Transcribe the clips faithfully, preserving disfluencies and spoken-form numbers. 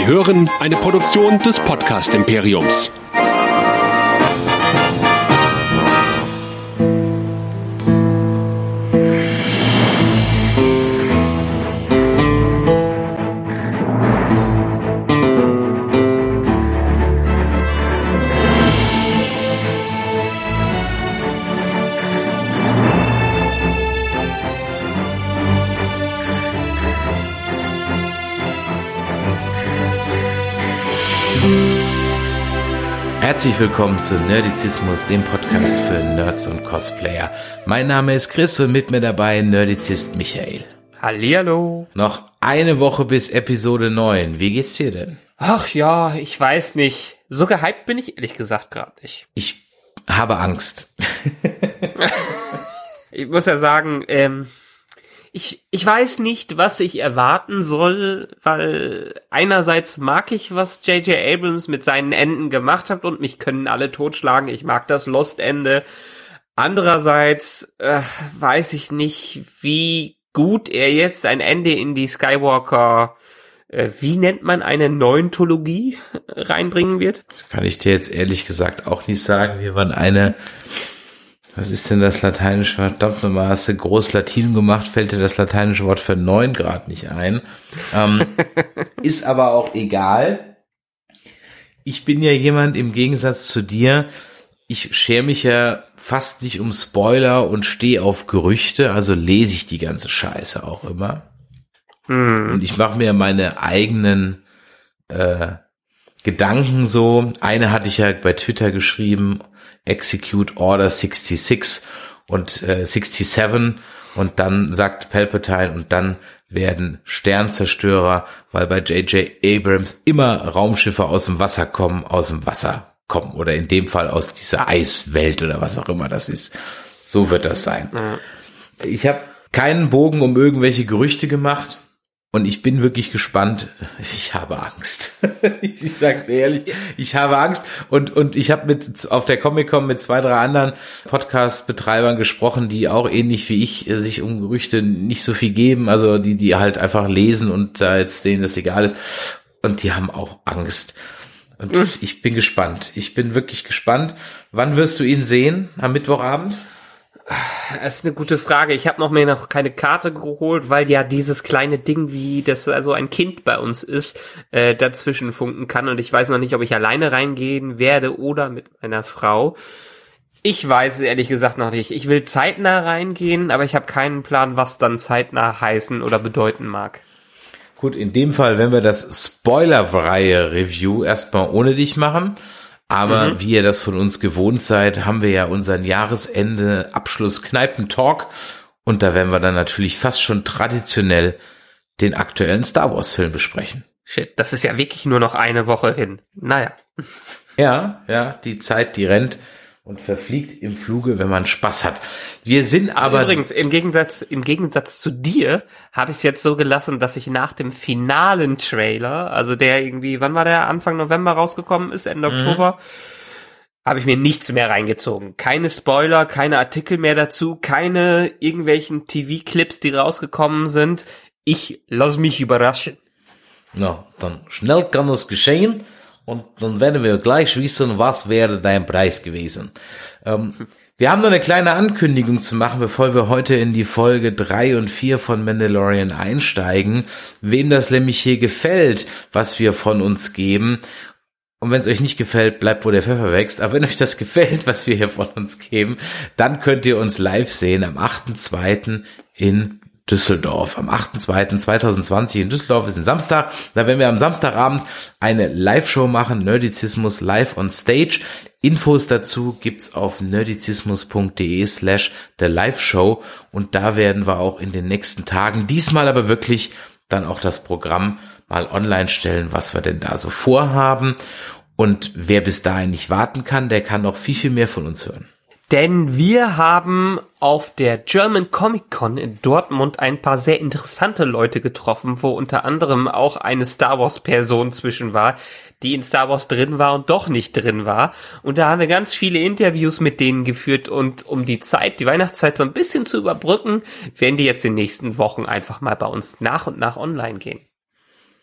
Sie hören eine Produktion des Podcast-Imperiums. Herzlich willkommen zu Nerdizismus, dem Podcast für Nerds und Cosplayer. Mein Name ist Chris und mit mir dabei Nerdizist Michael. Hallihallo. Noch eine Woche bis Episode neun. Wie geht's dir denn? Ach ja, ich weiß nicht. So gehypt bin ich ehrlich gesagt gerade nicht. Ich habe Angst. Ich muss ja sagen, ähm, ich, ich weiß nicht, was ich erwarten soll, weil einerseits mag ich, was J J Abrams mit seinen Enden gemacht hat und mich können alle totschlagen. Ich mag das Lost-Ende. Andererseits äh, weiß ich nicht, wie gut er jetzt ein Ende in die Skywalker, äh, wie nennt man eine Neuntologie, reinbringen wird. Das kann ich dir jetzt ehrlich gesagt auch nicht sagen. Wir waren eine... Was ist denn das lateinische Wort? Verdammt nochmal, hast du groß Latin gemacht, fällt dir das lateinische Wort für neun Grad nicht ein. Ähm, ist aber auch egal. Ich bin ja jemand, im Gegensatz zu dir, ich schere mich ja fast nicht um Spoiler und stehe auf Gerüchte, also lese ich die ganze Scheiße auch immer. Hm. Und ich mache mir meine eigenen äh, Gedanken so. Eine hatte ich ja bei Twitter geschrieben, Execute Order sixty-six und äh, sixty-seven und dann sagt Palpatine und dann werden Sternzerstörer, weil bei J J Abrams immer Raumschiffe aus dem Wasser kommen, aus dem Wasser kommen oder in dem Fall aus dieser Eiswelt oder was auch immer das ist. So wird das sein. Mhm. Ich habe keinen Bogen um irgendwelche Gerüchte gemacht. Und ich bin wirklich gespannt. Ich habe Angst. Ich sag's ehrlich, ich habe Angst. Und und ich habe mit auf der Comic-Con mit zwei, drei anderen Podcast-Betreibern gesprochen, die auch ähnlich wie ich sich um Gerüchte nicht so viel geben. Also die die halt einfach lesen und da jetzt denen das egal ist. Und die haben auch Angst. Und mhm. ich bin gespannt. Ich bin wirklich gespannt. Wann wirst du ihn sehen? Am Mittwochabend? Das ist eine gute Frage. Ich habe noch mir noch keine Karte geholt, weil ja dieses kleine Ding, wie das also ein Kind bei uns ist, äh, dazwischen funken kann. Und ich weiß noch nicht, ob ich alleine reingehen werde oder mit meiner Frau. Ich weiß es ehrlich gesagt noch nicht. Ich will zeitnah reingehen, aber ich habe keinen Plan, was dann zeitnah heißen oder bedeuten mag. Gut, in dem Fall, wenn wir das spoilerfreie Review erstmal ohne dich machen. Aber mhm. wie ihr das von uns gewohnt seid, haben wir ja unseren Jahresende Abschluss Kneipen-Talk und da werden wir dann natürlich fast schon traditionell den aktuellen Star Wars Film besprechen. Shit, das ist ja wirklich nur noch eine Woche hin. Naja. Ja, ja, die Zeit, die rennt und verfliegt im Fluge, wenn man Spaß hat. Wir sind aber... Also übrigens, im Gegensatz, im Gegensatz zu dir habe ich es jetzt so gelassen, dass ich nach dem finalen Trailer, also der irgendwie, wann war der, Anfang November rausgekommen ist, Ende mhm. Oktober, habe ich mir nichts mehr reingezogen. Keine Spoiler, keine Artikel mehr dazu, keine irgendwelchen T V-Clips, die rausgekommen sind. Ich lass mich überraschen. Na, dann schnell kann es geschehen. Und dann werden wir gleich wissen, was wäre dein Preis gewesen. Ähm, wir haben noch eine kleine Ankündigung zu machen, bevor wir heute in die Folge drei und vier von Mandalorian einsteigen. Wem das nämlich hier gefällt, was wir von uns geben. Und wenn es euch nicht gefällt, bleibt, wo der Pfeffer wächst. Aber wenn euch das gefällt, was wir hier von uns geben, dann könnt ihr uns live sehen am achten zweiten in Düsseldorf. Am achten zweiten zweitausendzwanzig in Düsseldorf ist ein Samstag. Da werden wir am Samstagabend eine Live-Show machen, Nerdizismus live on stage. Infos dazu gibt's auf nerdizismus.de slash der Live-Show und da werden wir auch in den nächsten Tagen, diesmal aber wirklich dann auch das Programm mal online stellen, was wir denn da so vorhaben. Und wer bis dahin nicht warten kann, der kann noch viel, viel mehr von uns hören. Denn wir haben auf der German Comic Con in Dortmund ein paar sehr interessante Leute getroffen, wo unter anderem auch eine Star Wars Person zwischen war, die in Star Wars drin war und doch nicht drin war. Und da haben wir ganz viele Interviews mit denen geführt und um die Zeit, die Weihnachtszeit so ein bisschen zu überbrücken, werden die jetzt in den nächsten Wochen einfach mal bei uns nach und nach online gehen.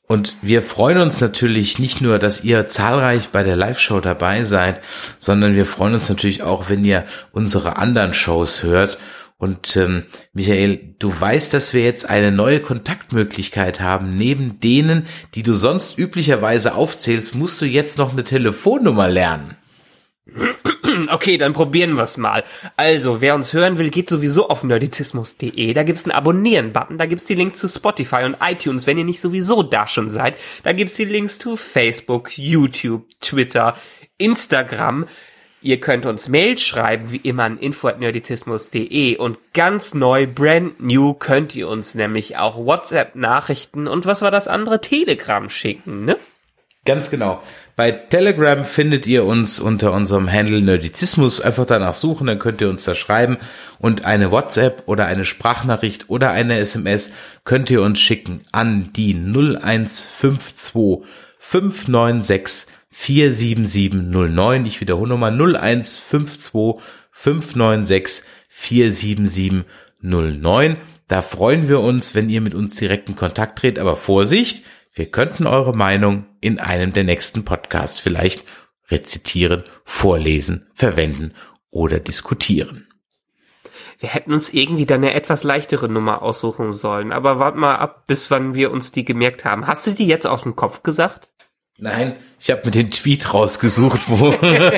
Und wir freuen uns natürlich nicht nur, dass ihr zahlreich bei der Live-Show dabei seid, sondern wir freuen uns natürlich auch, wenn ihr unsere anderen Shows hört. Und ähm, Michael, du weißt, dass wir jetzt eine neue Kontaktmöglichkeit haben. Neben denen, die du sonst üblicherweise aufzählst, musst du jetzt noch eine Telefonnummer lernen. Okay, dann probieren wir's mal. Also, wer uns hören will, geht sowieso auf nerdizismus punkt de. Da gibt's einen Abonnieren-Button, da gibt's die Links zu Spotify und iTunes, wenn ihr nicht sowieso da schon seid. Da gibt's die Links zu Facebook, YouTube, Twitter, Instagram. Ihr könnt uns Mail schreiben, wie immer an info at nerdizismus punkt de. Und ganz neu, brand new, könnt ihr uns nämlich auch WhatsApp-Nachrichten und was war das andere? Telegram schicken, ne? Ganz genau. Bei Telegram findet ihr uns unter unserem Handle Nerdizismus. Einfach danach suchen, dann könnt ihr uns da schreiben. Und eine WhatsApp oder eine Sprachnachricht oder eine S M S könnt ihr uns schicken an die null eins fünf zwei fünf neun sechs vier sieben sieben null neun. Ich wiederhole nochmal null eins fünf zwei fünf neun sechs vier sieben sieben null neun. Da freuen wir uns, wenn ihr mit uns direkt in Kontakt tretet. Aber Vorsicht! Wir könnten eure Meinung in einem der nächsten Podcasts vielleicht rezitieren, vorlesen, verwenden oder diskutieren. Wir hätten uns irgendwie dann eine etwas leichtere Nummer aussuchen sollen. Aber wart mal ab, bis wann wir uns die gemerkt haben. Hast du die jetzt aus dem Kopf gesagt? Nein, ich habe mir den Tweet rausgesucht, wo...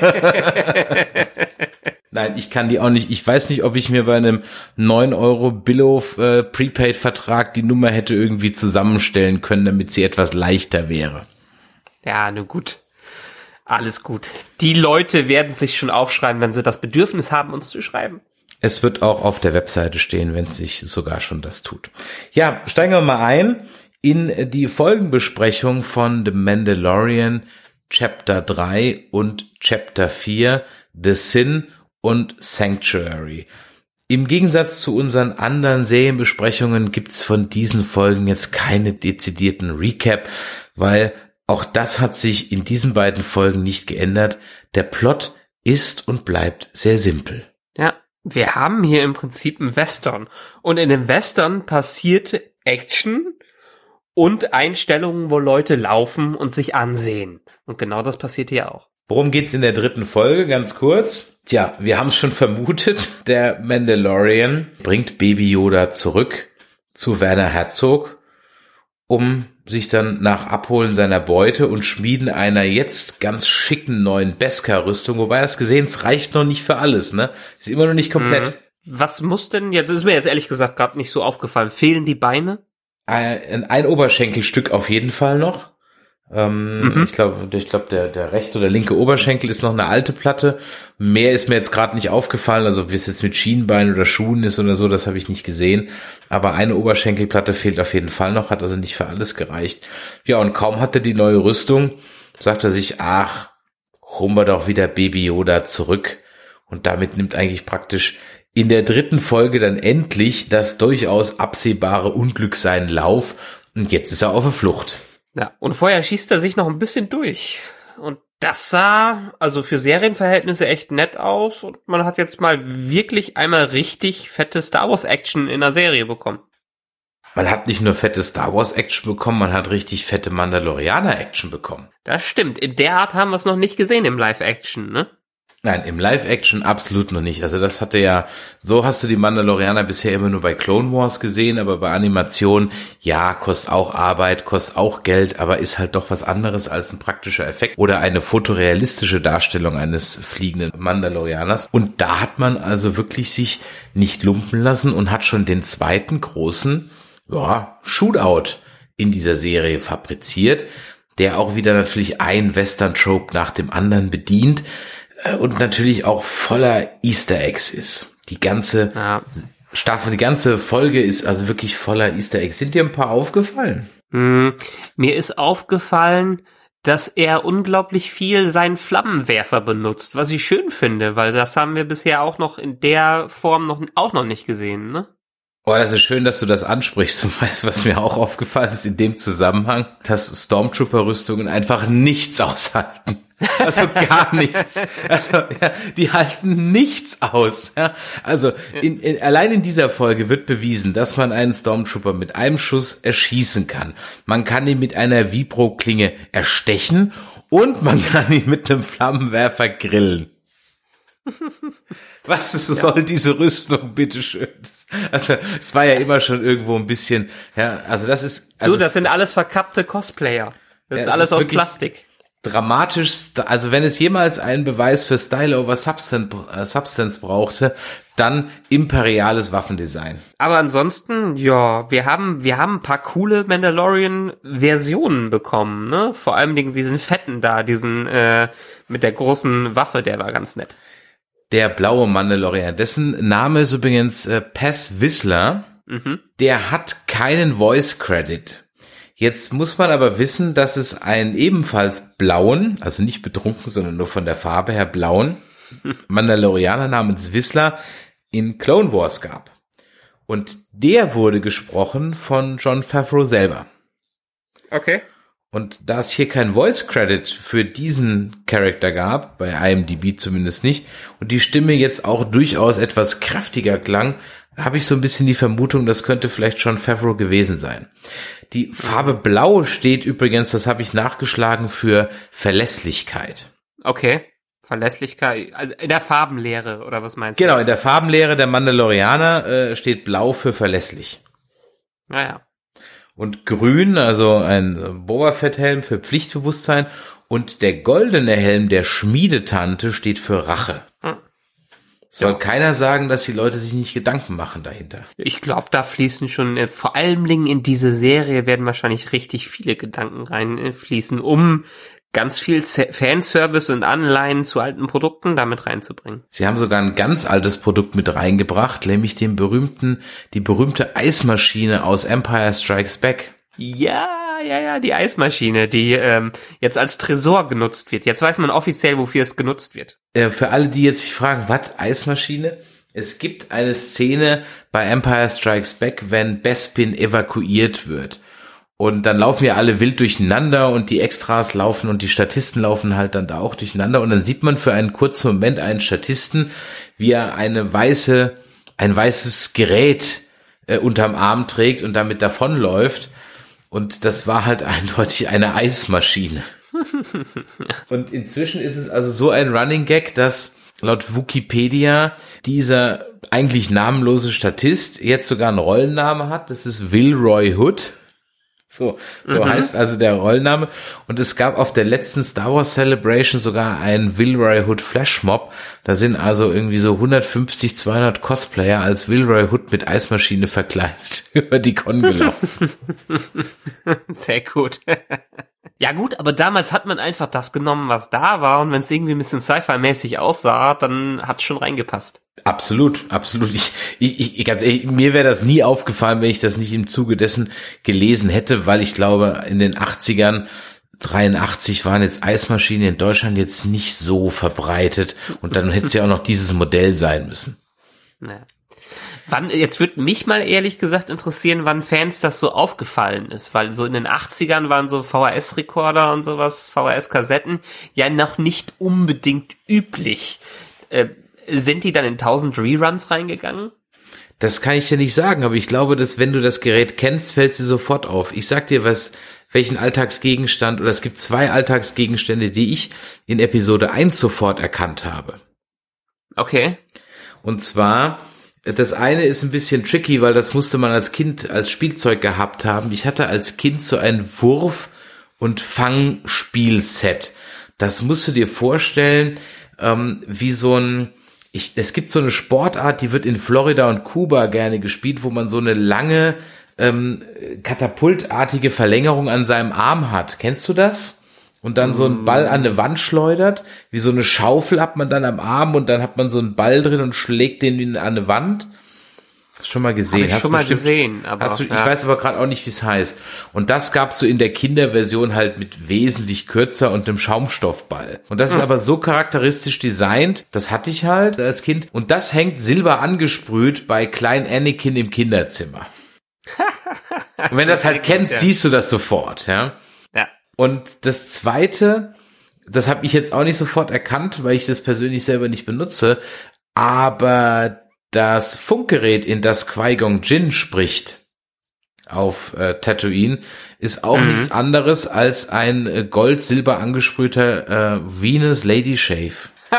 Nein, ich kann die auch nicht. Ich weiß nicht, ob ich mir bei einem neun Euro Billo äh, Prepaid-Vertrag die Nummer hätte irgendwie zusammenstellen können, damit sie etwas leichter wäre. Ja, nun gut. Alles gut. Die Leute werden sich schon aufschreiben, wenn sie das Bedürfnis haben, uns zu schreiben. Es wird auch auf der Webseite stehen, wenn sich sogar schon das tut. Ja, steigen wir mal ein in die Folgenbesprechung von The Mandalorian Chapter drei und Chapter vier, The Sin und Sanctuary. Im Gegensatz zu unseren anderen Serienbesprechungen gibt's von diesen Folgen jetzt keine dezidierten Recap, weil auch das hat sich in diesen beiden Folgen nicht geändert. Der Plot ist und bleibt sehr simpel. Ja, wir haben hier im Prinzip einen Western. Und in dem Western passiert Action und Einstellungen, wo Leute laufen und sich ansehen. Und genau das passiert hier auch. Worum geht's in der dritten Folge? Ganz kurz. Tja, wir haben es schon vermutet. Der Mandalorian bringt Baby Yoda zurück zu Werner Herzog, um sich dann nach Abholen seiner Beute und Schmieden einer jetzt ganz schicken neuen Beskar-Rüstung, wobei das gesehen, es reicht noch nicht für alles, ne? Ist immer noch nicht komplett. Was muss denn, jetzt ist mir jetzt ehrlich gesagt gerade nicht so aufgefallen, fehlen die Beine? Ein, ein Oberschenkelstück auf jeden Fall noch. Ähm, mhm. Ich glaube, ich glaube, der, der rechte oder linke Oberschenkel ist noch eine alte Platte. Mehr ist mir jetzt gerade nicht aufgefallen, also wie es jetzt mit Schienbein oder Schuhen ist oder so, das habe ich nicht gesehen. Aber eine Oberschenkelplatte fehlt auf jeden Fall noch, hat also nicht für alles gereicht. Ja, und kaum hat er die neue Rüstung, sagt er sich, ach, holen wir doch wieder Baby Yoda zurück. Und damit nimmt eigentlich praktisch in der dritten Folge dann endlich das durchaus absehbare Unglück seinen Lauf. Und jetzt ist er auf der Flucht. Ja, und vorher schießt er sich noch ein bisschen durch. Und das sah also für Serienverhältnisse echt nett aus. Und man hat jetzt mal wirklich einmal richtig fette Star Wars Action in der Serie bekommen. Man hat nicht nur fette Star Wars Action bekommen, man hat richtig fette Mandalorianer Action bekommen. Das stimmt. In der Art haben wir es noch nicht gesehen im Live-Action, ne? Nein, im Live-Action absolut noch nicht. Also das hatte ja, so hast du die Mandalorianer bisher immer nur bei Clone Wars gesehen, aber bei Animation, ja, kostet auch Arbeit, kostet auch Geld, aber ist halt doch was anderes als ein praktischer Effekt oder eine fotorealistische Darstellung eines fliegenden Mandalorianers. Und da hat man also wirklich sich nicht lumpen lassen und hat schon den zweiten großen, ja, Shootout in dieser Serie fabriziert, der auch wieder natürlich ein Western-Trope nach dem anderen bedient. Und natürlich auch voller Easter Eggs ist. Die ganze ja. Staffel, die ganze Folge ist also wirklich voller Easter Eggs. Sind dir ein paar aufgefallen? Mm, mir ist aufgefallen, dass er unglaublich viel seinen Flammenwerfer benutzt, was ich schön finde, weil das haben wir bisher auch noch in der Form noch auch noch nicht gesehen, ne? Oh, das ist schön, dass du das ansprichst. Und weißt, was mir auch aufgefallen ist in dem Zusammenhang, dass Stormtrooper-Rüstungen einfach nichts aushalten. Also gar nichts. Also, ja, die halten nichts aus. Ja. Also in, in, allein in dieser Folge wird bewiesen, dass man einen Stormtrooper mit einem Schuss erschießen kann. Man kann ihn mit einer Vibro-Klinge erstechen und man kann ihn mit einem Flammenwerfer grillen. Was ist, soll ja. diese Rüstung, bitteschön? Also, es war ja immer schon irgendwo ein bisschen, ja, also das ist... Also du, das sind alles verkappte Cosplayer. Das ja, ist alles ist aus Plastik. Dramatisch, also wenn es jemals einen Beweis für Style over Substance, äh, Substance brauchte, dann imperiales Waffendesign. Aber ansonsten, ja, wir haben, wir haben ein paar coole Mandalorian-Versionen bekommen, ne? Vor allem diesen fetten da, diesen, äh, mit der großen Waffe, der war ganz nett. Der blaue Mandalorian, dessen Name ist übrigens äh, Paz Vizsla, mhm. der hat keinen Voice Credit. Jetzt muss man aber wissen, dass es einen ebenfalls blauen, also nicht betrunken, sondern nur von der Farbe her blauen, Mandalorianer namens Vizsla in Clone Wars gab. Und der wurde gesprochen von Jon Favreau selber. Okay. Und da es hier kein Voice Credit für diesen Charakter gab, bei I M D B zumindest nicht, und die Stimme jetzt auch durchaus etwas kräftiger klang, habe ich so ein bisschen die Vermutung, das könnte vielleicht Jon Favreau gewesen sein. Die Farbe Blau steht übrigens, das habe ich nachgeschlagen, für Verlässlichkeit. Okay, Verlässlichkeit, also in der Farbenlehre, oder was meinst du? Genau, du? in der Farbenlehre der Mandalorianer äh, steht Blau für verlässlich. Naja. Und Grün, also ein Boba Fett-Helm für Pflichtbewusstsein, und der goldene Helm der Schmiedetante steht für Rache. Hm. Soll ja. keiner sagen, dass die Leute sich nicht Gedanken machen dahinter. Ich glaube, da fließen schon, äh, vor allem in diese Serie werden wahrscheinlich richtig viele Gedanken reinfließen, um ganz viel Fanservice und Anleihen zu alten Produkten damit reinzubringen. Sie haben sogar ein ganz altes Produkt mit reingebracht, nämlich den berühmten, die berühmte Eismaschine aus Empire Strikes Back. Ja, ja, ja, die Eismaschine, die ähm, jetzt als Tresor genutzt wird. Jetzt weiß man offiziell, wofür es genutzt wird. Äh, für alle, die jetzt sich fragen, was, Eismaschine? Es gibt eine Szene bei Empire Strikes Back, wenn Bespin evakuiert wird. Und dann laufen ja alle wild durcheinander und die Extras laufen und die Statisten laufen halt dann da auch durcheinander. Und dann sieht man für einen kurzen Moment einen Statisten, wie er eine weiße, ein weißes Gerät äh, unterm Arm trägt und damit davonläuft. Und das war halt eindeutig eine Eismaschine. Und inzwischen ist es also so ein Running Gag, dass laut Wikipedia dieser eigentlich namenlose Statist jetzt sogar einen Rollenname hat. Das ist Wilroy Hood. So, so mhm. heißt also der Rollenname. Und es gab auf der letzten Star Wars Celebration sogar einen Wilroy Hood Flashmob. Da sind also irgendwie so hundertfünfzig, zweihundert Cosplayer als Wilroy Hood mit Eismaschine verkleidet über die Con gelaufen. Sehr gut. Ja gut, aber damals hat man einfach das genommen, was da war, und wenn es irgendwie ein bisschen Sci-Fi-mäßig aussah, dann hat's schon reingepasst. Absolut, absolut. Ich, ich, ich ganz ehrlich, mir wäre das nie aufgefallen, wenn ich das nicht im Zuge dessen gelesen hätte, weil ich glaube, in den achtzigern, dreiundachtzig waren jetzt Eismaschinen in Deutschland jetzt nicht so verbreitet, und dann hätte es ja auch noch dieses Modell sein müssen. Ja. Wann, jetzt würde mich mal ehrlich gesagt interessieren, wann Fans das so aufgefallen ist, weil so in den achtzigern waren so V H S-Rekorder und sowas, V H S-Kassetten ja noch nicht unbedingt üblich. Äh, sind die dann in tausend Reruns reingegangen? Das kann ich dir nicht sagen, aber ich glaube, dass wenn du das Gerät kennst, fällt sie sofort auf. Ich sag dir was, welchen Alltagsgegenstand, oder es gibt zwei Alltagsgegenstände, die ich in Episode eins sofort erkannt habe. Okay. Und zwar, das eine ist ein bisschen tricky, weil das musste man als Kind als Spielzeug gehabt haben. Ich hatte als Kind so ein Wurf- und Fangspielset. Das musst du dir vorstellen, ähm, wie so ein, ich, es gibt so eine Sportart, die wird in Florida und Kuba gerne gespielt, wo man so eine lange, ähm, katapultartige Verlängerung an seinem Arm hat. Kennst du das? Und dann so einen Ball an eine Wand schleudert, wie so eine Schaufel hat man dann am Arm, und dann hat man so einen Ball drin und schlägt den an eine Wand. Hast du schon mal gesehen? Hab ich hast schon du mal gesehen, aber hast du, ja. Ich weiß aber gerade auch nicht, wie es heißt. Und das gab's so in der Kinderversion halt mit wesentlich kürzer und einem Schaumstoffball. Und das hm. ist aber so charakteristisch designt, das hatte ich halt als Kind. Und das hängt silber angesprüht bei Klein Anakin im Kinderzimmer. Und wenn du das halt kennst, ja. siehst du das sofort, ja. Ja. Und das zweite, das habe ich jetzt auch nicht sofort erkannt, weil ich das persönlich selber nicht benutze, aber das Funkgerät, in das Qui-Gon Jinn spricht auf äh, Tatooine, ist auch mhm. nichts anderes als ein äh, gold-silber angesprühter äh, Venus Lady Shave.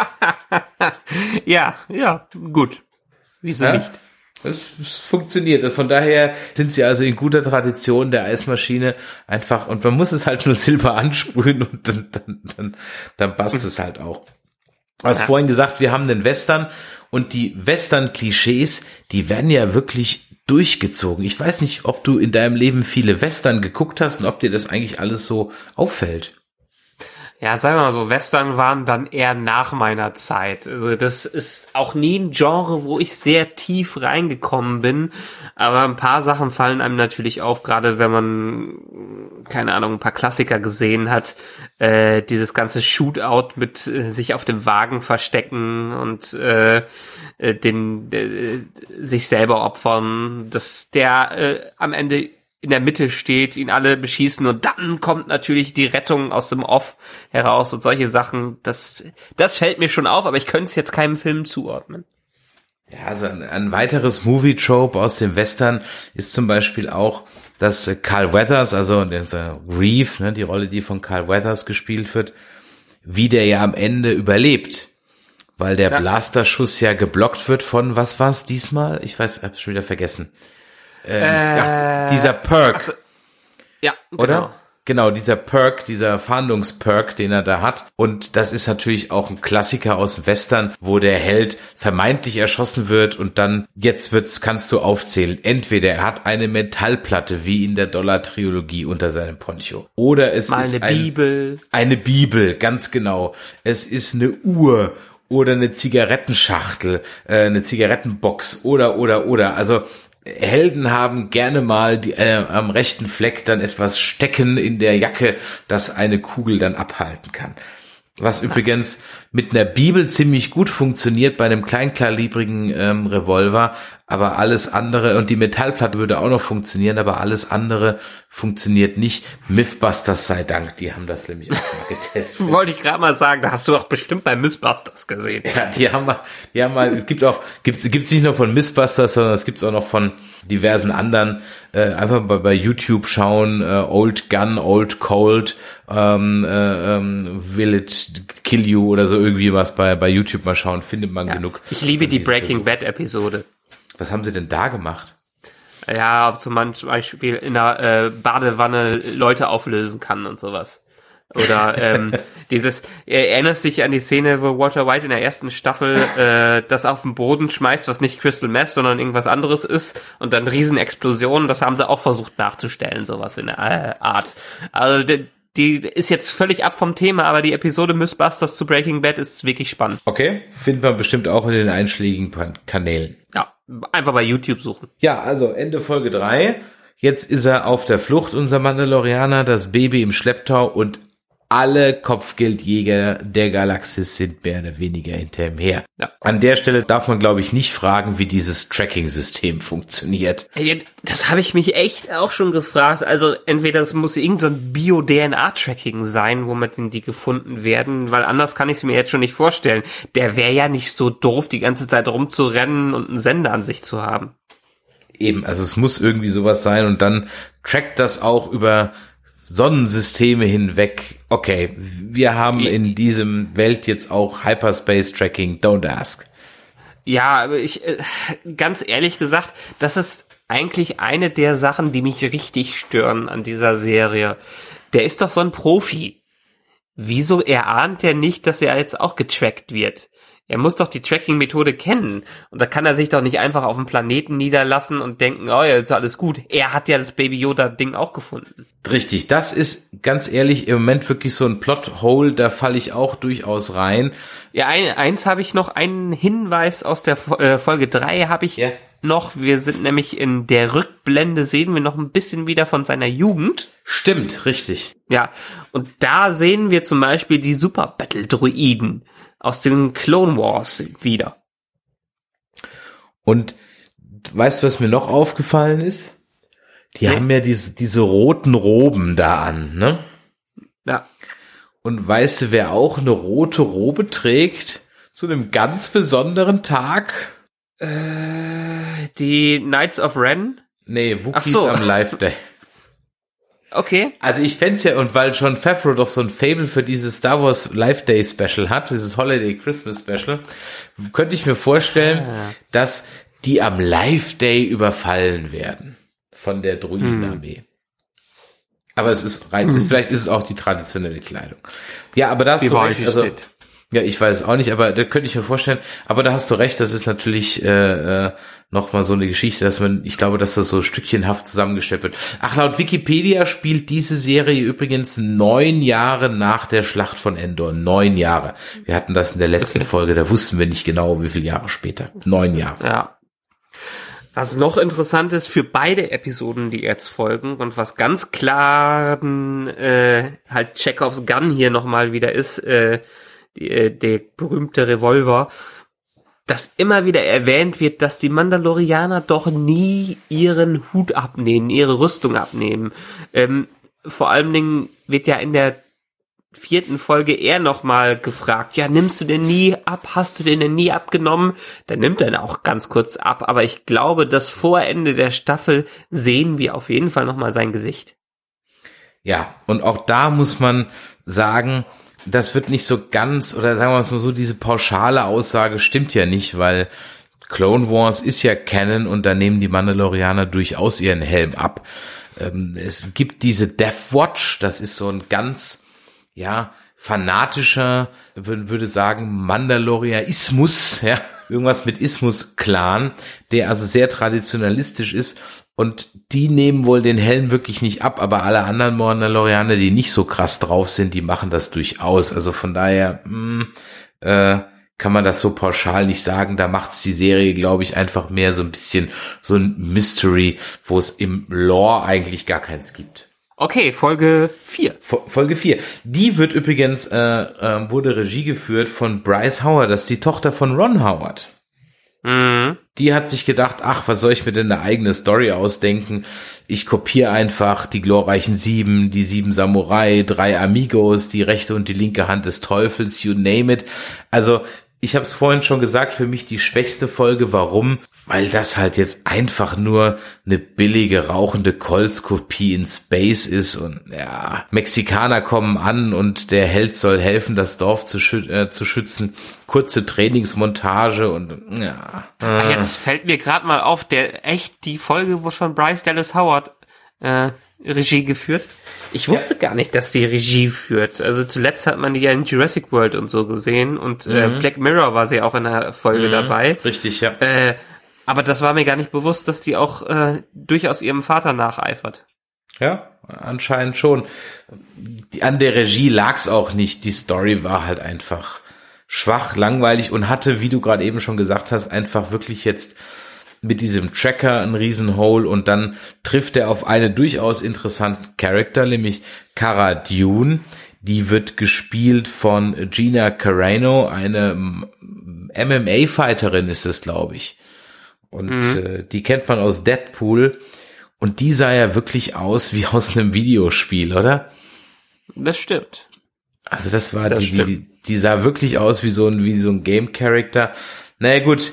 ja, ja, gut. Wieso ja? nicht? Es, es funktioniert. Von daher sind sie also in guter Tradition der Eismaschine einfach, und man muss es halt nur Silber ansprühen und dann, dann, dann, dann passt es halt auch. Du hast ja. vorhin gesagt, wir haben den Western, und die Western-Klischees, die werden ja wirklich durchgezogen. Ich weiß nicht, ob du in deinem Leben viele Western geguckt hast und ob dir das eigentlich alles so auffällt. Ja, sagen wir mal so, Western waren dann eher nach meiner Zeit. Also das ist auch nie ein Genre, wo ich sehr tief reingekommen bin. Aber ein paar Sachen fallen einem natürlich auf, gerade wenn man, keine Ahnung, ein paar Klassiker gesehen hat. Äh, dieses ganze Shootout mit äh, sich auf dem Wagen verstecken und äh, den äh, sich selber opfern, dass der äh, am Ende in der Mitte steht, ihn alle beschießen, und dann kommt natürlich die Rettung aus dem Off heraus und solche Sachen. Das, das fällt mir schon auf, aber ich könnte es jetzt keinem Film zuordnen. Ja, also ein, ein weiteres Movie-Trope aus dem Western ist zum Beispiel auch, dass Carl Weathers, also der Reeve, ne, die Rolle, die von Carl Weathers gespielt wird, wie der ja am Ende überlebt. Weil der ja. Blasterschuss ja geblockt wird von, was war's diesmal? Ich weiß, hab's schon wieder vergessen. Ähm, äh, ja, dieser Perk. Ach, ja, genau. Oder? Genau, dieser Perk, dieser Fahndungsperk, den er da hat. Und das ist natürlich auch ein Klassiker aus dem Western, wo der Held vermeintlich erschossen wird und dann, jetzt wird's, kannst du aufzählen. Entweder er hat eine Metallplatte, wie in der Dollar-Trilogie unter seinem Poncho. Oder es Mal ist eine ein, Bibel. Eine Bibel, ganz genau. Es ist eine Uhr oder eine Zigarettenschachtel, äh, eine Zigarettenbox oder, oder, oder. Also, Helden haben gerne mal die, äh, am rechten Fleck dann etwas stecken in der Jacke, das eine Kugel dann abhalten kann. Was übrigens mit einer Bibel ziemlich gut funktioniert bei einem kleinkalibrigen ähm, Revolver, aber alles andere, und die Metallplatte würde auch noch funktionieren, aber alles andere funktioniert nicht. Mythbusters sei Dank, die haben das nämlich auch mal getestet. Wollte ich gerade mal sagen, da hast du doch bestimmt bei Mythbusters gesehen. Ja, die haben mal, die haben mal, es gibt auch, gibt's, gibt's nicht nur von Mythbusters, sondern es gibt's auch noch von diversen anderen. Äh, einfach mal bei YouTube schauen, äh, Old Gun, Old Cold, ähm, äh, ähm, Will It Kill You oder so irgendwie was bei bei YouTube mal schauen, findet man ja, genug. Ich liebe die Breaking Bad Episode. Was haben sie denn da gemacht? Ja, zum Beispiel in der äh, Badewanne Leute auflösen kann und sowas. Oder ähm, dieses, erinnerst dich an die Szene, wo Walter White in der ersten Staffel äh, das auf den Boden schmeißt, was nicht Crystal Meth, sondern irgendwas anderes ist, und dann Riesenexplosionen, das haben sie auch versucht nachzustellen, sowas in der äh, Art. Also die, die ist jetzt völlig ab vom Thema, aber die Episode Mythbusters zu Breaking Bad ist wirklich spannend. Okay, findet man bestimmt auch in den einschlägigen Kanälen. Ja, einfach bei YouTube suchen. Ja, also Ende Folge drei. Jetzt ist er auf der Flucht, unser Mandalorianer, das Baby im Schlepptau, und alle Kopfgeldjäger der Galaxis sind mehr oder weniger hinter ihm her. Ja. An der Stelle darf man, glaube ich, nicht fragen, wie dieses Tracking-System funktioniert. Das habe ich mich echt auch schon gefragt. Also entweder es muss irgend so ein Bio-D N A-Tracking sein, womit die gefunden werden, weil anders kann ich es mir jetzt schon nicht vorstellen. Der wäre ja nicht so doof, die ganze Zeit rumzurennen und einen Sender an sich zu haben. Eben, also es muss irgendwie sowas sein, und dann trackt das auch über Sonnensysteme hinweg. Okay, wir haben in diesem Welt jetzt auch Hyperspace Tracking, don't ask. Ja, aber ich, äh, ganz ehrlich gesagt, das ist eigentlich eine der Sachen, die mich richtig stören an dieser Serie. Der ist doch so ein Profi. Wieso erahnt er nicht, dass er jetzt auch getrackt wird? Er muss doch die Tracking-Methode kennen. Und da kann er sich doch nicht einfach auf dem Planeten niederlassen und denken, oh ja, ist alles gut. Er hat ja das Baby Yoda-Ding auch gefunden. Richtig, das ist ganz ehrlich im Moment wirklich so ein Plot-Hole, da falle ich auch durchaus rein. Ja, ein, eins habe ich noch, einen Hinweis aus der äh, Folge drei habe ich yeah. noch. Wir sind nämlich in der Rückblende, sehen wir noch ein bisschen wieder von seiner Jugend. Stimmt, richtig. Ja, und da sehen wir zum Beispiel die Super-Battle-Droiden aus den Clone Wars wieder. Und weißt du, was mir noch aufgefallen ist? Die nee. haben ja diese, diese roten Roben da an, ne? Ja. Und weißt du, wer auch eine rote Robe trägt? Zu einem ganz besonderen Tag? Äh, die Knights of Ren? Nee, Wookiees so. am Live Day. Okay. Also ich fänd's ja, und weil Jon Favreau doch so ein Fable für dieses Star Wars Live Day Special hat, dieses Holiday Christmas Special, könnte ich mir vorstellen, ah. dass die am Live Day überfallen werden von der Druidenarmee. Hm. Aber es ist rein, hm. vielleicht ist es auch die traditionelle Kleidung. Ja, aber da hast Wie du recht. Also, nicht. ja, ich weiß es auch nicht, aber da könnte ich mir vorstellen, aber da hast du recht, das ist natürlich äh, äh, nochmal so eine Geschichte, dass man, ich glaube, dass das so stückchenhaft zusammengestellt wird. Ach, laut Wikipedia spielt diese Serie übrigens neun Jahre nach der Schlacht von Endor. Neun Jahre. Wir hatten das in der letzten okay. Folge, da wussten wir nicht genau, wie viele Jahre später. Neun Jahre. Ja. Was noch interessant ist für beide Episoden, die jetzt folgen und was ganz klar äh, halt Chekhovs Gun hier nochmal wieder ist, äh, die, der berühmte Revolver, dass immer wieder erwähnt wird, dass die Mandalorianer doch nie ihren Hut abnehmen, ihre Rüstung abnehmen. Ähm, vor allen Dingen wird ja in der vierten Folge er nochmal gefragt, ja, nimmst du den nie ab? Hast du den denn nie abgenommen? Dann nimmt er ihn auch ganz kurz ab, aber ich glaube, dass vor Ende der Staffel sehen wir auf jeden Fall nochmal sein Gesicht. Ja, und auch da muss man sagen, das wird nicht so ganz, oder sagen wir es mal so, diese pauschale Aussage stimmt ja nicht, weil Clone Wars ist ja Canon und da nehmen die Mandalorianer durchaus ihren Helm ab. Ähm, es gibt diese Death Watch, das ist so ein ganz, ja, fanatischer, würde sagen, Mandalorianismus, ja, irgendwas mit Ismus-Clan, der also sehr traditionalistisch ist. Und die nehmen wohl den Helm wirklich nicht ab, aber alle anderen Mandalorianer, die nicht so krass drauf sind, die machen das durchaus. Also von daher mh, äh, kann man das so pauschal nicht sagen. Da macht's die Serie, glaube ich, einfach mehr so ein bisschen so ein Mystery, wo es im Lore eigentlich gar keins gibt. Okay, Folge vier. Folge vier. Die wird übrigens, äh, äh, wurde Regie geführt von Bryce Howard, das ist die Tochter von Ron Howard. Mhm. Die hat sich gedacht, ach, was soll ich mir denn eine eigene Story ausdenken? Ich kopiere einfach die glorreichen Sieben, die Sieben Samurai, drei Amigos, die rechte und die linke Hand des Teufels, you name it. Also, ich habe es vorhin schon gesagt, für mich die schwächste Folge. Warum? Weil das halt jetzt einfach nur eine billige, rauchende Colts-Kopie in Space ist. Und ja, Mexikaner kommen an und der Held soll helfen, das Dorf zu, schü- äh, zu schützen. Kurze Trainingsmontage und ja. Ach, jetzt fällt mir gerade mal auf, der echt die Folge, wo schon Bryce Dallas Howard äh, Regie geführt. Ich wusste ja gar nicht, dass die Regie führt. Also zuletzt hat man die ja in Jurassic World und so gesehen und mhm. äh, Black Mirror war sie auch in der Folge mhm. dabei. Richtig, ja. Äh, aber das war mir gar nicht bewusst, dass die auch äh, durchaus ihrem Vater nacheifert. Ja, anscheinend schon. Die, an der Regie lag's auch nicht. Die Story war halt einfach schwach, langweilig und hatte, wie du gerade eben schon gesagt hast, einfach wirklich jetzt mit diesem Tracker ein Riesenhole und dann trifft er auf eine durchaus interessanten Charakter, nämlich Cara Dune. Die wird gespielt von Gina Carano, eine M M A-Fighterin ist es, glaube ich. Und mhm. äh, die kennt man aus Deadpool. Und die sah ja wirklich aus wie aus einem Videospiel, oder? Das stimmt. Also das war das die, die, die sah wirklich aus wie so ein, wie so ein Game-Character. Naja, gut.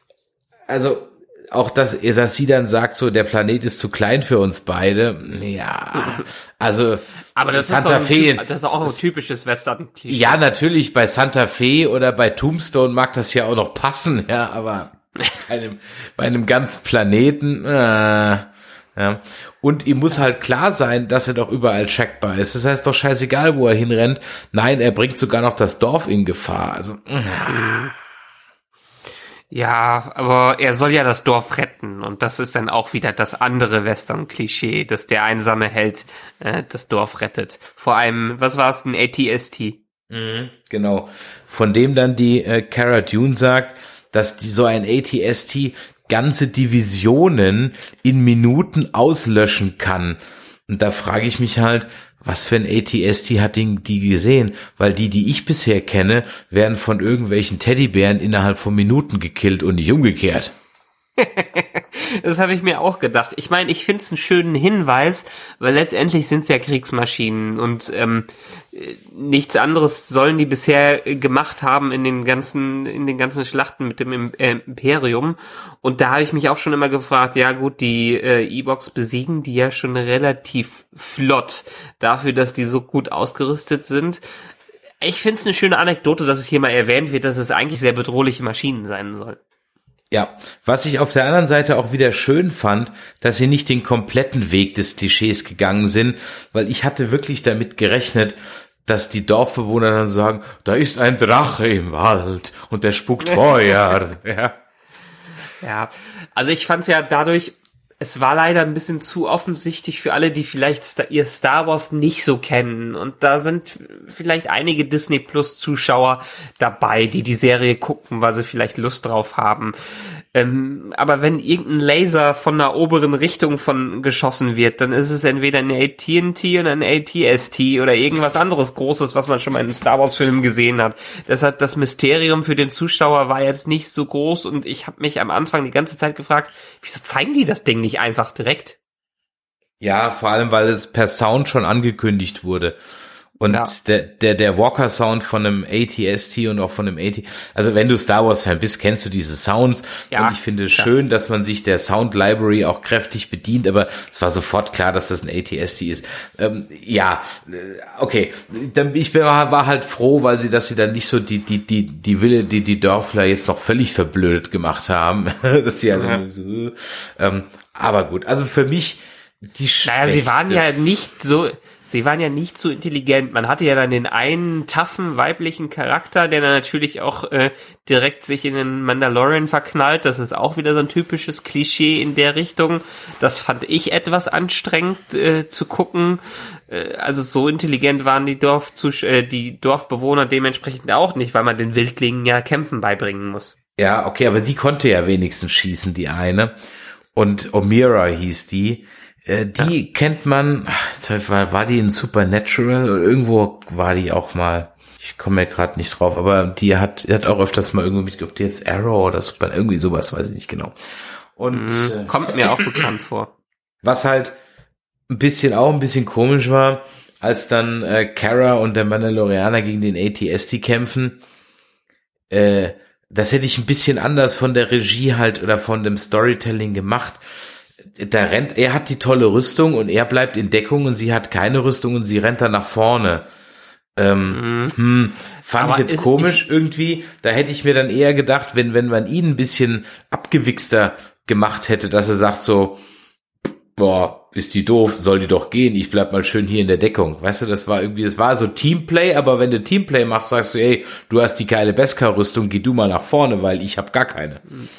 Also, auch, dass, dass sie dann sagt, so, der Planet ist zu klein für uns beide. Ja, also, aber das Santa ist Fe. Typ, das ist auch ein typisches Western-Klischee. Ja, natürlich, bei Santa Fe oder bei Tombstone mag das ja auch noch passen, ja, aber bei einem, bei einem ganzen Planeten, äh, ja. Und ihm muss halt klar sein, dass er doch überall checkbar ist. Das heißt doch scheißegal, wo er hinrennt. Nein, er bringt sogar noch das Dorf in Gefahr. Also, äh. Ja, aber er soll ja das Dorf retten und das ist dann auch wieder das andere Western-Klischee, dass der einsame Held äh, das Dorf rettet. Vor allem, was war es, ein A T S T? Mhm, genau. Von dem dann die äh, Cara Dune sagt, dass die so ein A T S T ganze Divisionen in Minuten auslöschen kann. Und da frage ich mich halt, was für ein A T S T hat die, die gesehen? Weil die, die ich bisher kenne, werden von irgendwelchen Teddybären innerhalb von Minuten gekillt und nicht umgekehrt. Das habe ich mir auch gedacht. Ich meine, ich finde es einen schönen Hinweis, weil letztendlich sind es ja Kriegsmaschinen und ähm, nichts anderes sollen die bisher gemacht haben in den ganzen in den ganzen Schlachten mit dem Imperium. Und da habe ich mich auch schon immer gefragt, ja gut, die äh, E-Box besiegen die ja schon relativ flott dafür, dass die so gut ausgerüstet sind. Ich finde es eine schöne Anekdote, dass es hier mal erwähnt wird, dass es eigentlich sehr bedrohliche Maschinen sein sollen. Ja, was ich auf der anderen Seite auch wieder schön fand, dass sie nicht den kompletten Weg des Klischees gegangen sind, weil ich hatte wirklich damit gerechnet, dass die Dorfbewohner dann sagen, da ist ein Drache im Wald und der spuckt Feuer. Ja. Ja, also ich fand's ja dadurch, es war leider ein bisschen zu offensichtlich für alle, die vielleicht Star- ihr Star Wars nicht so kennen. Und da sind vielleicht einige Disney Plus Zuschauer dabei, die die Serie gucken, weil sie vielleicht Lust drauf haben. Ähm, aber wenn irgendein Laser von einer oberen Richtung von geschossen wird, dann ist es entweder ein A T and T oder ein A T S T oder irgendwas anderes Großes, was man schon mal in einem Star Wars Film gesehen hat. Deshalb das Mysterium für den Zuschauer war jetzt nicht so groß und ich habe mich am Anfang die ganze Zeit gefragt, wieso zeigen die das Ding nicht einfach direkt? Ja, vor allem, weil es per Sound schon angekündigt wurde. Und ja. der, der, der Walker-Sound von einem A T S T und auch von einem A T, also wenn du Star Wars-Fan bist, kennst du diese Sounds. Ja, und ich finde es schön, dass man sich der Sound-Library auch kräftig bedient, aber es war sofort klar, dass das ein A T S T ist. Ähm, ja, okay. Ich war, war halt froh, weil sie, dass sie dann nicht so die, die, die, die Wille, die, die Dörfler jetzt noch völlig verblödet gemacht haben. dass sie halt ja. so, ähm, aber gut, also für mich die schwächste. Naja, sie waren ja nicht so, Sie waren ja nicht so intelligent. Man hatte ja dann den einen taffen weiblichen Charakter, der dann natürlich auch äh, direkt sich in den Mandalorian verknallt. Das ist auch wieder so ein typisches Klischee in der Richtung. Das fand ich etwas anstrengend äh, zu gucken. Äh, also so intelligent waren die Dorfzus- äh, die Dorfbewohner dementsprechend auch nicht, weil man den Wildlingen ja Kämpfen beibringen muss. Ja, okay, aber die konnte ja wenigstens schießen, die eine. Und Omira hieß die. Die ja. kennt man, ach, war, war die in Supernatural oder irgendwo war die auch mal, ich komme mir gerade nicht drauf, aber die hat, die hat auch öfters mal irgendwo mitgeguckt, jetzt Arrow oder Super, irgendwie sowas, weiß ich nicht genau. Und mhm, kommt mir auch bekannt vor. Was halt ein bisschen auch ein bisschen komisch war, als dann äh, Cara und der Mandalorianer gegen den A T S T kämpfen, äh, das hätte ich ein bisschen anders von der Regie halt oder von dem Storytelling gemacht. Da rennt, er hat die tolle Rüstung und er bleibt in Deckung und sie hat keine Rüstung und sie rennt dann nach vorne. Ähm, mhm. hm, fand Aber ich jetzt ist, komisch ich, irgendwie. Da hätte ich mir dann eher gedacht, wenn, wenn man ihn ein bisschen abgewichster gemacht hätte, dass er sagt so, boah, ist die doof, soll die doch gehen, ich bleib mal schön hier in der Deckung. Weißt du, das war irgendwie, das war so Teamplay, aber wenn du Teamplay machst, sagst du, ey, du hast die geile Beskar-Rüstung, geh du mal nach vorne, weil ich hab gar keine.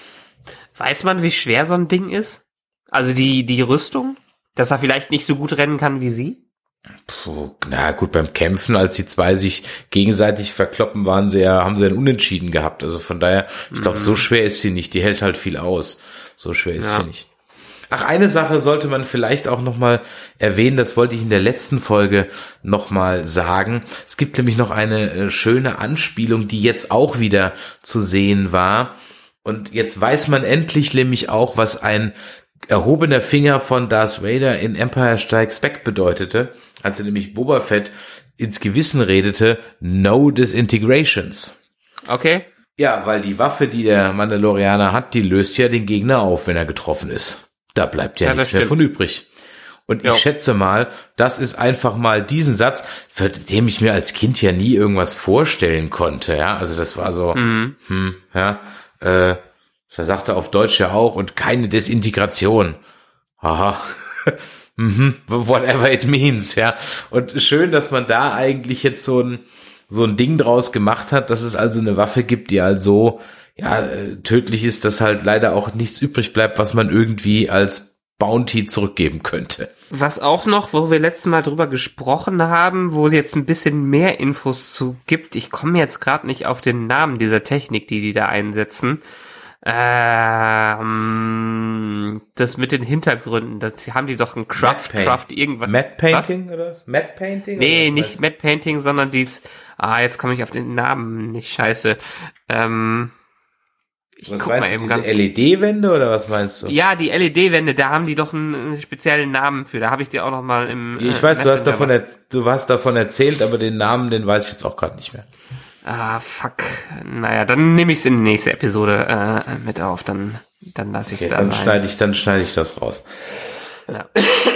Weiß man, wie schwer so ein Ding ist? Also die, die Rüstung? Dass er vielleicht nicht so gut rennen kann wie sie? Puh, na gut, beim Kämpfen, als die zwei sich gegenseitig verkloppen, waren sie ja, haben sie ein Unentschieden gehabt. Also von daher, ich glaube, mm. so schwer ist sie nicht. Die hält halt viel aus. So schwer ist ja. sie nicht. Ach, eine Sache sollte man vielleicht auch nochmal erwähnen, das wollte ich in der letzten Folge nochmal sagen. Es gibt nämlich noch eine äh, schöne Anspielung, die jetzt auch wieder zu sehen war. Und jetzt weiß man endlich nämlich auch, was ein erhobener Finger von Darth Vader in Empire Strikes Back bedeutete, als er nämlich Boba Fett ins Gewissen redete, no disintegrations. Okay. Ja, weil die Waffe, die der Mandalorianer hat, die löst ja den Gegner auf, wenn er getroffen ist. Da bleibt ja, ja nichts mehr von übrig. Und ja. ich schätze mal, das ist einfach mal diesen Satz, für den ich mir als Kind ja nie irgendwas vorstellen konnte. Ja, also das war so, mhm. hm, ja, äh, das sagt er auf Deutsch ja auch, und keine Desintegration. Haha. mhm, whatever it means, ja. Und schön, dass man da eigentlich jetzt so ein, so ein Ding draus gemacht hat, dass es also eine Waffe gibt, die also, ja, tödlich ist, dass halt leider auch nichts übrig bleibt, was man irgendwie als Bounty zurückgeben könnte. Was auch noch, wo wir letztes Mal drüber gesprochen haben, wo es jetzt ein bisschen mehr Infos zu gibt, ich komme jetzt gerade nicht auf den Namen dieser Technik, die die da einsetzen, Ähm, das mit den Hintergründen, das haben die doch ein Craft, Craft irgendwas. Matte Painting was? Oder was? Matte Painting? Nee, nicht Matte Painting, sondern dies, ah, jetzt komme ich auf den Namen nicht, scheiße. Ähm, Ich was guck meinst mal du, eben diese ganz L E D-Wände oder was meinst du? Ja, die L E D-Wände, da haben die doch einen speziellen Namen für. Da habe ich dir auch noch mal im Ich äh, weiß, du hast Messenger davon, was- er, du hast davon erzählt, aber den Namen, den weiß ich jetzt auch gerade nicht mehr. Ah, fuck. Naja, dann nehme ich es in die nächste Episode äh, mit auf. Dann, dann lasse ich es Okay, da dann sein. schneide ich, dann schneide ich das raus. Ja.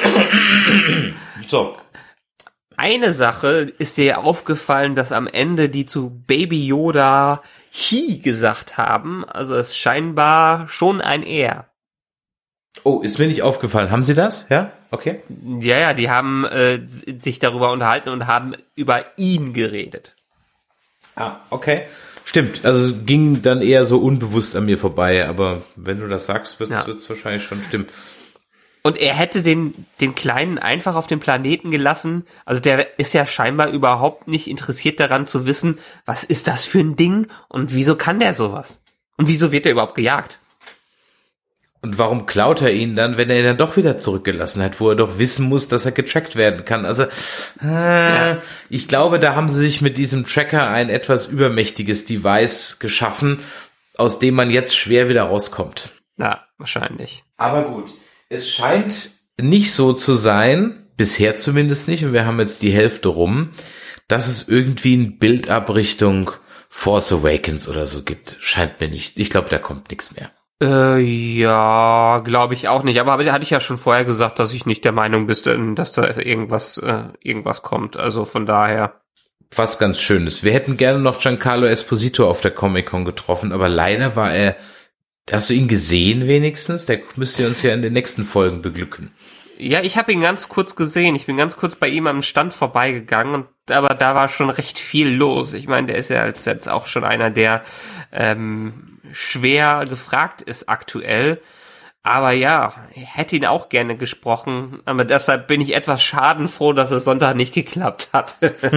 So. Eine Sache ist dir aufgefallen, dass am Ende die zu Baby Yoda He gesagt haben. Also es ist scheinbar schon ein Er. Oh, ist mir nicht aufgefallen. Haben Sie das? Ja? Okay. Ja, ja, die haben äh, sich darüber unterhalten und haben über ihn geredet. Ah, okay. Stimmt. Also ging dann eher so unbewusst an mir vorbei. Aber wenn du das sagst, wird es Ja. wahrscheinlich schon stimmen. Und er hätte den, den Kleinen einfach auf dem Planeten gelassen. Also der ist ja scheinbar überhaupt nicht interessiert daran zu wissen, was ist das für ein Ding und wieso kann der sowas? Und wieso wird er überhaupt gejagt? Und warum klaut er ihn dann, wenn er ihn dann doch wieder zurückgelassen hat, wo er doch wissen muss, dass er getrackt werden kann? Also, äh, Ja. ich glaube, da haben sie sich mit diesem Tracker ein etwas übermächtiges Device geschaffen, aus dem man jetzt schwer wieder rauskommt. Na, wahrscheinlich. Aber gut, es scheint nicht so zu sein, bisher zumindest nicht, und wir haben jetzt die Hälfte rum, dass es irgendwie ein Build-up Richtung Force Awakens oder so gibt. Scheint mir nicht. Ich glaube, da kommt nichts mehr. Äh, ja, glaube ich auch nicht. Aber hatte ich ja schon vorher gesagt, dass ich nicht der Meinung bin, dass da irgendwas, äh, irgendwas kommt. Also von daher. Was ganz Schönes. Wir hätten gerne noch Giancarlo Esposito auf der Comic-Con getroffen, aber leider war er. Hast du ihn gesehen wenigstens? Der müsste uns ja in den nächsten Folgen beglücken. Ja, ich habe ihn ganz kurz gesehen. Ich bin ganz kurz bei ihm am Stand vorbeigegangen, und aber da war schon recht viel los. Ich meine, der ist ja als jetzt auch schon einer, der ähm, schwer gefragt ist aktuell. Aber ja, ich hätte ihn auch gerne gesprochen. Aber deshalb bin ich etwas schadenfroh, dass es Sonntag nicht geklappt hat.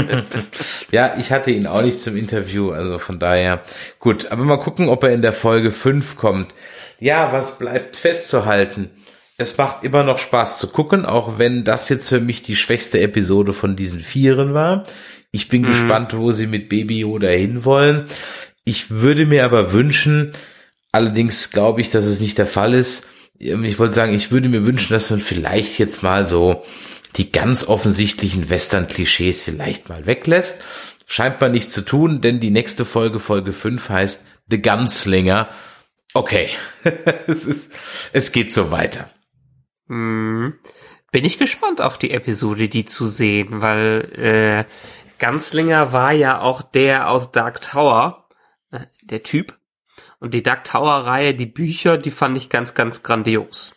Ja, ich hatte ihn auch nicht zum Interview, also von daher gut. Aber mal gucken, ob er in der Folge fünf kommt. Ja, was bleibt festzuhalten? Es macht immer noch Spaß zu gucken, auch wenn das jetzt für mich die schwächste Episode von diesen Vieren war. Ich bin mhm. gespannt, wo sie mit Baby Yoda hinwollen. Ich würde mir aber wünschen, allerdings glaube ich, dass es nicht der Fall ist. Ich wollte sagen, ich würde mir wünschen, dass man vielleicht jetzt mal so die ganz offensichtlichen Western-Klischees vielleicht mal weglässt. Scheint man nicht zu tun, denn die nächste Folge, Folge fünf, heißt The Gunslinger. Okay, es ist, es geht so weiter. Hm. Bin ich gespannt auf die Episode, die zu sehen, weil äh, Gunslinger war ja auch der aus Dark Tower, äh, der Typ. Und die Dark Tower-Reihe, die Bücher, die fand ich ganz, ganz grandios.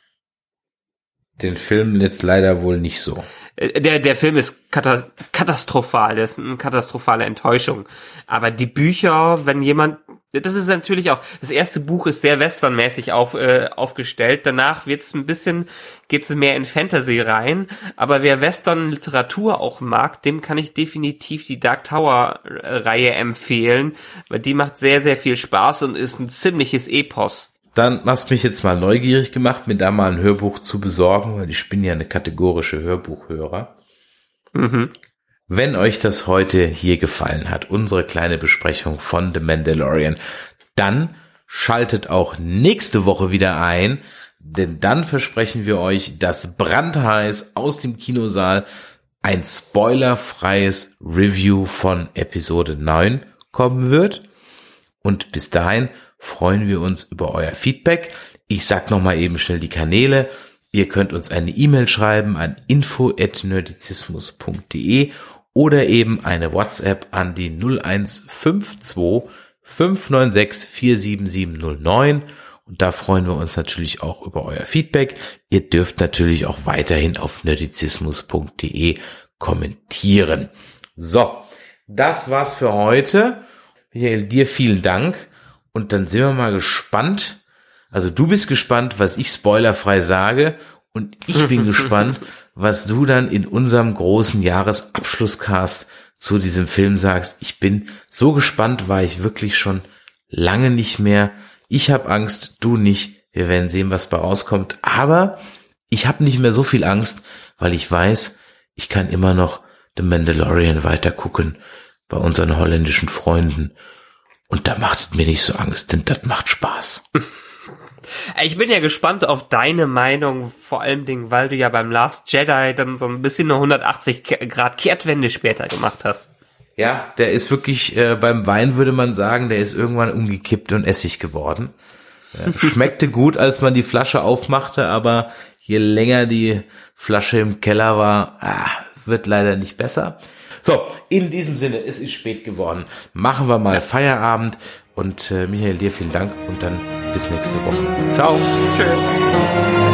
Den Film jetzt leider wohl nicht so. Der, der Film ist kata- katastrophal, das ist eine katastrophale Enttäuschung. Aber die Bücher, wenn jemand, das ist natürlich auch, das erste Buch ist sehr westernmäßig auf, äh, aufgestellt, danach wird's ein bisschen, geht's mehr in Fantasy rein, aber wer Western-Literatur auch mag, dem kann ich definitiv die Dark Tower-Reihe empfehlen, weil die macht sehr, sehr viel Spaß und ist ein ziemliches Epos. Dann hast mich jetzt mal neugierig gemacht, mir da mal ein Hörbuch zu besorgen, weil ich bin ja eine kategorische Hörbuchhörer. Mhm. Wenn euch das heute hier gefallen hat, unsere kleine Besprechung von The Mandalorian, dann schaltet auch nächste Woche wieder ein, denn dann versprechen wir euch, dass brandheiß aus dem Kinosaal ein spoilerfreies Review von Episode neun kommen wird. Und bis dahin freuen wir uns über euer Feedback. Ich sag noch mal eben schnell die Kanäle. Ihr könnt uns eine E-Mail schreiben an info at nerdizismus punkt de oder eben eine WhatsApp an die null eins fünf zwei fünf neun sechs vier sieben sieben null neun. Und da freuen wir uns natürlich auch über euer Feedback. Ihr dürft natürlich auch weiterhin auf nerdizismus punkt de kommentieren. So, das war's für heute. Michael, dir vielen Dank. Und dann sind wir mal gespannt. Also du bist gespannt, was ich spoilerfrei sage. Und ich bin gespannt, was du dann in unserem großen Jahresabschlusscast zu diesem Film sagst. Ich bin so gespannt, war ich wirklich schon lange nicht mehr. Ich habe Angst, du nicht. Wir werden sehen, was bei rauskommt. Aber ich habe nicht mehr so viel Angst, weil ich weiß, ich kann immer noch The Mandalorian weiter gucken bei unseren holländischen Freunden. Und da macht es mir nicht so Angst, denn das macht Spaß. Ich bin ja gespannt auf deine Meinung, vor allem Dingen, weil du ja beim Last Jedi dann so ein bisschen eine hundertachtzig Grad Kehrtwende später gemacht hast. Ja, der ist wirklich, äh, beim Wein würde man sagen, der ist irgendwann umgekippt und Essig geworden. Äh, schmeckte gut, als man die Flasche aufmachte, aber je länger die Flasche im Keller war, ah, wird leider nicht besser. So, in diesem Sinne, es ist spät geworden. Machen wir mal Feierabend und äh, Michael, dir vielen Dank und dann bis nächste Woche. Ciao. Tschüss.